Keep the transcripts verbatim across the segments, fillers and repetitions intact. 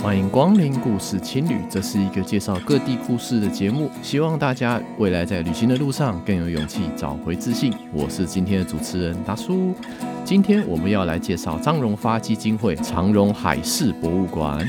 欢迎光临故事青旅，这是一个介绍各地故事的节目，希望大家未来在旅行的路上更有勇气，找回自信。我是今天的主持人达叔，今天我们要来介绍张荣发基金会长荣海事博物馆。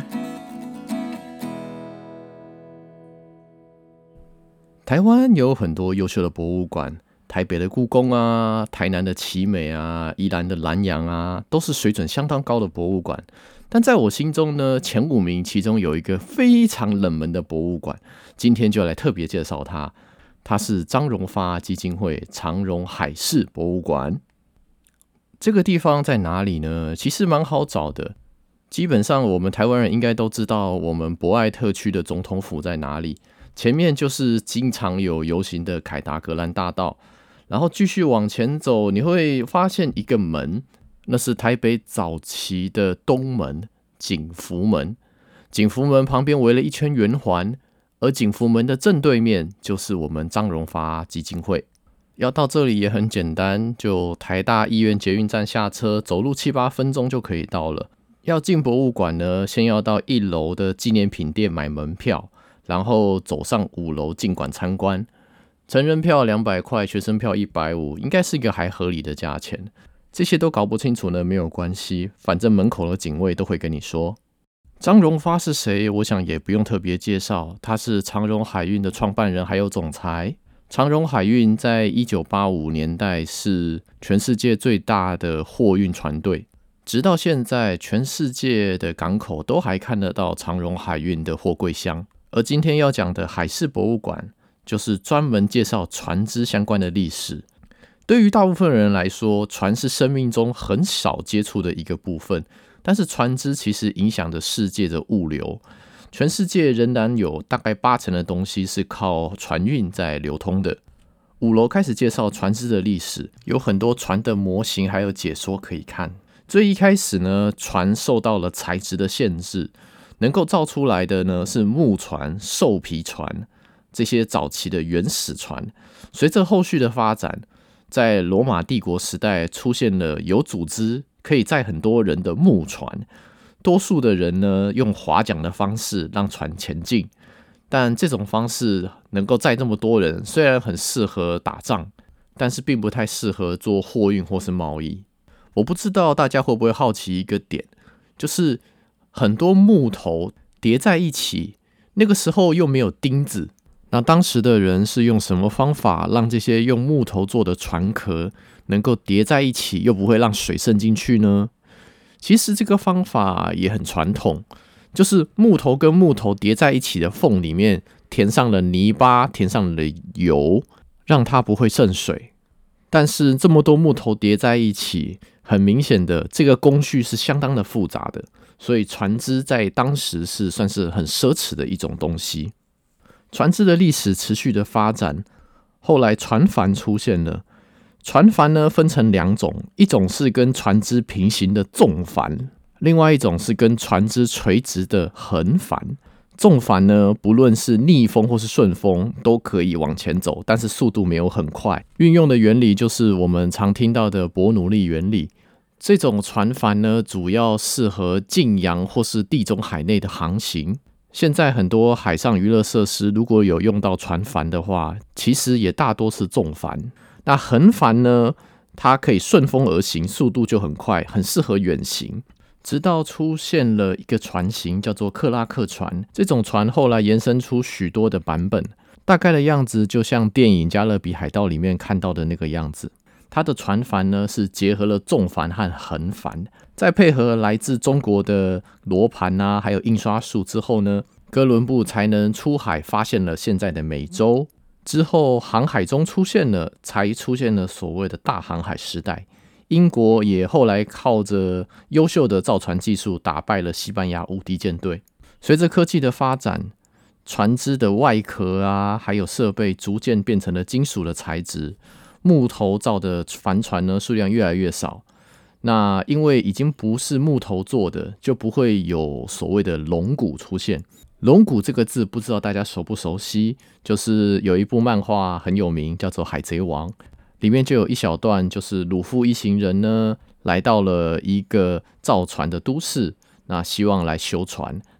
台湾有很多优秀的博物馆，台北的故宫啊，台南的奇美啊，宜兰的南洋啊，都是水准相当高的博物馆。但在我心中呢，前五名其中有一个非常冷门的博物馆，今天就来特别介绍它。它是张荣发基金会长荣海事博物馆。这个地方在哪里呢？其实蛮好找的。基本上我们台湾人应该都知道，我们博爱特区的总统府在哪里。前面就是经常有游行的凯达格兰大道，然后继续往前走，你会发现一个门。那是台北早期的东门景福门，景福门旁边围了一圈圆环，而景福门的正对面就是我们张荣发基金会。要到这里也很简单，就台大医院捷运站下车，走路七八分钟就可以到了。要进博物馆呢，先要到一楼的纪念品店买门票，然后走上五楼进馆参观。成人票两百块，学生票一百五十，应该是一个还合理的价钱。这些都搞不清楚呢，没有关系，反正门口的警卫都会跟你说。张荣发是谁？我想也不用特别介绍，他是长荣海运的创办人还有总裁。长荣海运在一九八五年代是全世界最大的货运船队，直到现在全世界的港口都还看得到长荣海运的货柜箱。而今天要讲的海事博物馆就是专门介绍船只相关的历史。对于大部分人来说，船是生命中很少接触的一个部分，但是船只其实影响着世界的物流。全世界仍然有大概八成的东西是靠船运在流通的。五楼开始介绍船只的历史，有很多船的模型还有解说可以看。最一开始呢，船受到了材质的限制，能够造出来的呢是木船、兽皮船这些早期的原始船。随着后续的发展，在罗马帝国时代出现了有组织可以载很多人的木船，多数的人呢用划桨的方式让船前进，但这种方式能够载这么多人，虽然很适合打仗，但是并不太适合做货运或是贸易。我不知道大家会不会好奇一个点，就是很多木头叠在一起，那个时候又没有钉子，那当时的人是用什么方法让这些用木头做的船壳能够叠在一起，又不会让水渗进去呢？其实这个方法也很传统，就是木头跟木头叠在一起的缝里面填上了泥巴，填上了油，让它不会渗水。但是这么多木头叠在一起，很明显的这个工序是相当的复杂的，所以船只在当时是算是很奢侈的一种东西。船只的历史持续的发展，后来船帆出现了。船帆呢分成两种，一种是跟船只平行的纵帆，另外一种是跟船只垂直的横帆。纵帆呢，不论是逆风或是顺风都可以往前走，但是速度没有很快。运用的原理就是我们常听到的伯努利原理。这种船帆呢，主要适合近洋或是地中海内的航行。现在很多海上娱乐设施如果有用到船帆的话，其实也大多是纵帆。那横帆呢，它可以顺风而行，速度就很快，很适合远行。直到出现了一个船型叫做克拉克船，这种船后来延伸出许多的版本，大概的样子就像电影《加勒比海盗》里面看到的那个样子。它的船帆呢是结合了纵帆和横帆，再配合来自中国的罗盘啊，还有印刷术之后呢，哥伦布才能出海发现了现在的美洲。之后航海中出现了，才出现了所谓的大航海时代。英国也后来靠着优秀的造船技术打败了西班牙无敌舰队。随着科技的发展，船只的外壳啊，还有设备逐渐变成了金属的材质。木头造的帆船呢，数量越来越少。那因为已经不是木头做的，就不会有所谓的龙骨出现。龙骨这个字不知道大家熟不熟悉，就是有一部漫画很有名，叫做《海贼王》，里面就有一小段，就是鲁夫一行人呢来到了一个造船的都市，那希望来修船。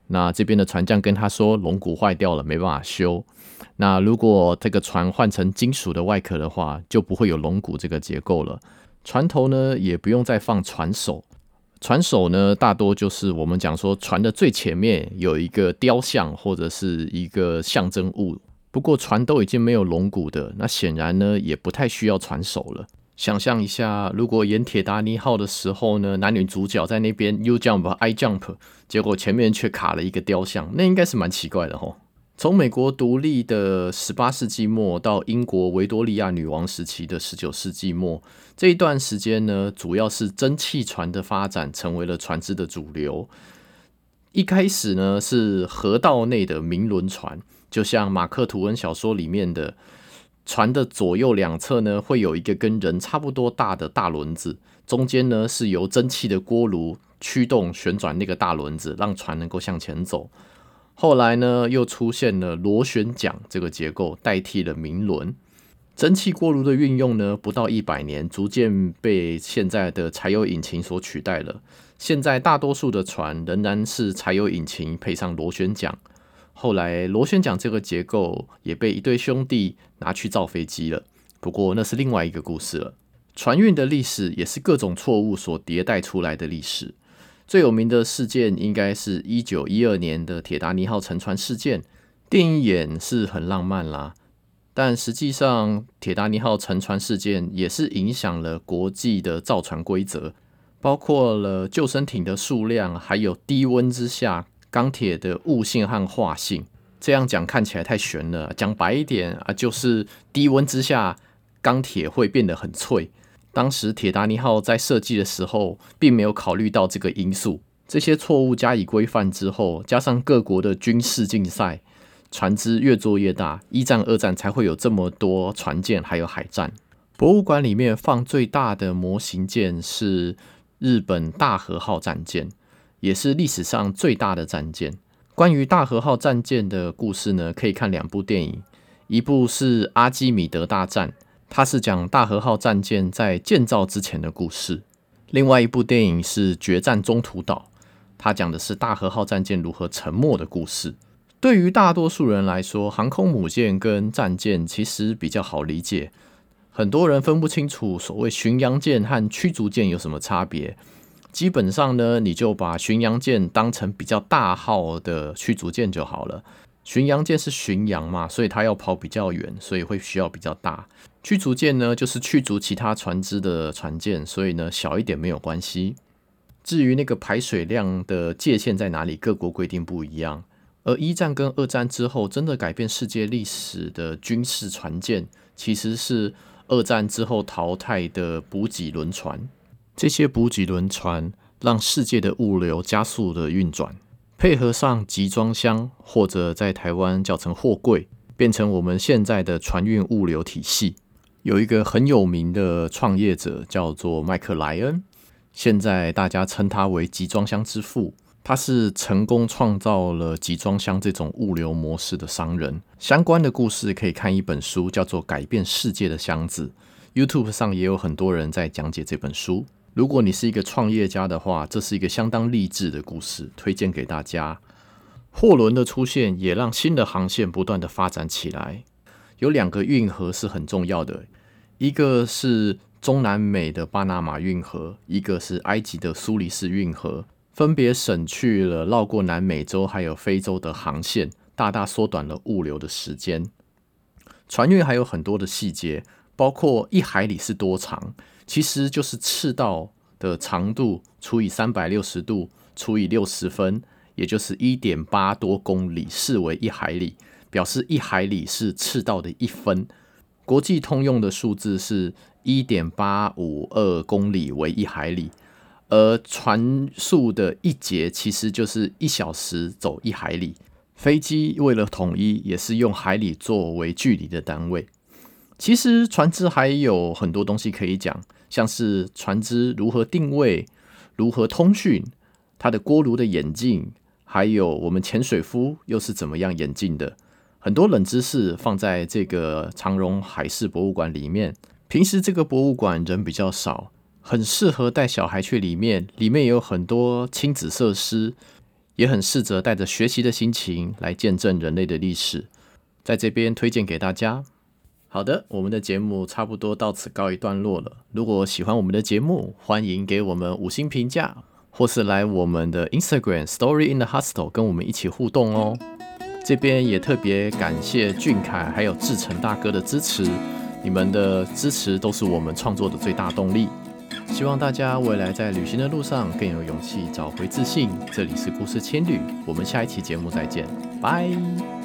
那这边的船匠跟他说龙骨坏掉了，没办法修。那如果这个船换成金属的外壳的话，就不会有龙骨这个结构了。船头呢也不用再放船首，船首呢大多就是我们讲说船的最前面有一个雕像或者是一个象征物。不过船都已经没有龙骨的，那显然呢也不太需要船首了。想象一下，如果演铁达尼号的时候呢，男女主角在那边 U jump I jump， 结果前面却卡了一个雕像，那应该是蛮奇怪的齁。从美国独立的十八世纪末到英国维多利亚女王时期的十九世纪末，这一段时间呢，主要是蒸汽船的发展成为了船只的主流。一开始呢是河道内的明轮船，就像马克吐温小说里面的，船的左右两侧呢会有一个跟人差不多大的大轮子，中间呢是由蒸汽的锅炉驱动旋转那个大轮子，让船能够向前走。后来呢又出现了螺旋桨这个结构，代替了明轮。蒸汽锅炉的运用呢不到一百年，逐渐被现在的柴油引擎所取代了。现在大多数的船仍然是柴油引擎配上螺旋桨。后来螺旋桨这个结构也被一对兄弟拿去造飞机了，不过那是另外一个故事了。船运的历史也是各种错误所迭代出来的历史。最有名的事件应该是一九一二年的铁达尼号沉船事件。电影演是很浪漫啦，但实际上铁达尼号沉船事件也是影响了国际的造船规则，包括了救生艇的数量，还有低温之下钢铁的物性和化性。这样讲看起来太玄了，讲白一点啊，就是低温之下钢铁会变得很脆。当时铁达尼号在设计的时候并没有考虑到这个因素，这些错误加以规范之后，加上各国的军事竞赛，船只越做越大，一战二战才会有这么多船舰还有海战。博物馆里面放最大的模型舰是日本大和号战舰，也是历史上最大的战舰。关于大和号战舰的故事呢，可以看两部电影，一部是阿基米德大战，它是讲大和号战舰在建造之前的故事。另外一部电影是决战中途岛，它讲的是大和号战舰如何沉没的故事。对于大多数人来说，航空母舰跟战舰其实比较好理解，很多人分不清楚所谓巡洋舰和驱逐舰有什么差别。基本上呢，你就把巡洋舰当成比较大号的驱逐舰就好了。巡洋舰是巡洋嘛，所以它要跑比较远，所以会需要比较大。驱逐舰呢，就是驱逐其他船只的船舰，所以呢小一点没有关系。至于那个排水量的界限在哪里，各国规定不一样。而一战跟二战之后真的改变世界历史的军事船舰，其实是二战之后淘汰的补给轮船。这些补给轮船让世界的物流加速的运转，配合上集装箱，或者在台湾叫成货柜，变成我们现在的船运物流体系。有一个很有名的创业者叫做麦克莱恩，现在大家称他为集装箱之父。他是成功创造了集装箱这种物流模式的商人。相关的故事可以看一本书，叫做《改变世界的箱子》。YouTube 上也有很多人在讲解这本书。如果你是一个创业家的话，这是一个相当励志的故事，推荐给大家。货轮的出现也让新的航线不断的发展起来。有两个运河是很重要的，一个是中南美的巴拿马运河，一个是埃及的苏黎世运河，分别省去了绕过南美洲还有非洲的航线，大大缩短了物流的时间。船运还有很多的细节，包括一海里是多长，其实就是赤道的长度除以三百六十度除以六十分，也就是 一点八 多公里，视为一海里，表示一海里是赤道的一分。国际通用的数字是 一点八五二 公里为一海里，而船速的一节其实就是一小时走一海里。飞机为了统一，也是用海里作为距离的单位。其实船只还有很多东西可以讲，像是船只如何定位、如何通讯、它的锅炉的演进，还有我们潜水夫又是怎么样演进的。很多冷知识放在这个长荣海事博物馆里面。平时这个博物馆人比较少，很适合带小孩去里面，里面也有很多亲子设施， 也很试着带着学习的心情来见证人类的历史，在这边推荐给大家。好的，我们的节目差不多到此告一段落了。如果喜欢我们的节目，欢迎给我们五星评价，或是来我们的 Instagram Story in the Hostel 跟我们一起互动哦。这边也特别感谢俊凯还有志成大哥的支持，你们的支持都是我们创作的最大动力。希望大家未来在旅行的路上更有勇气，找回自信。这里是故事青旅，我们下一期节目再见，拜。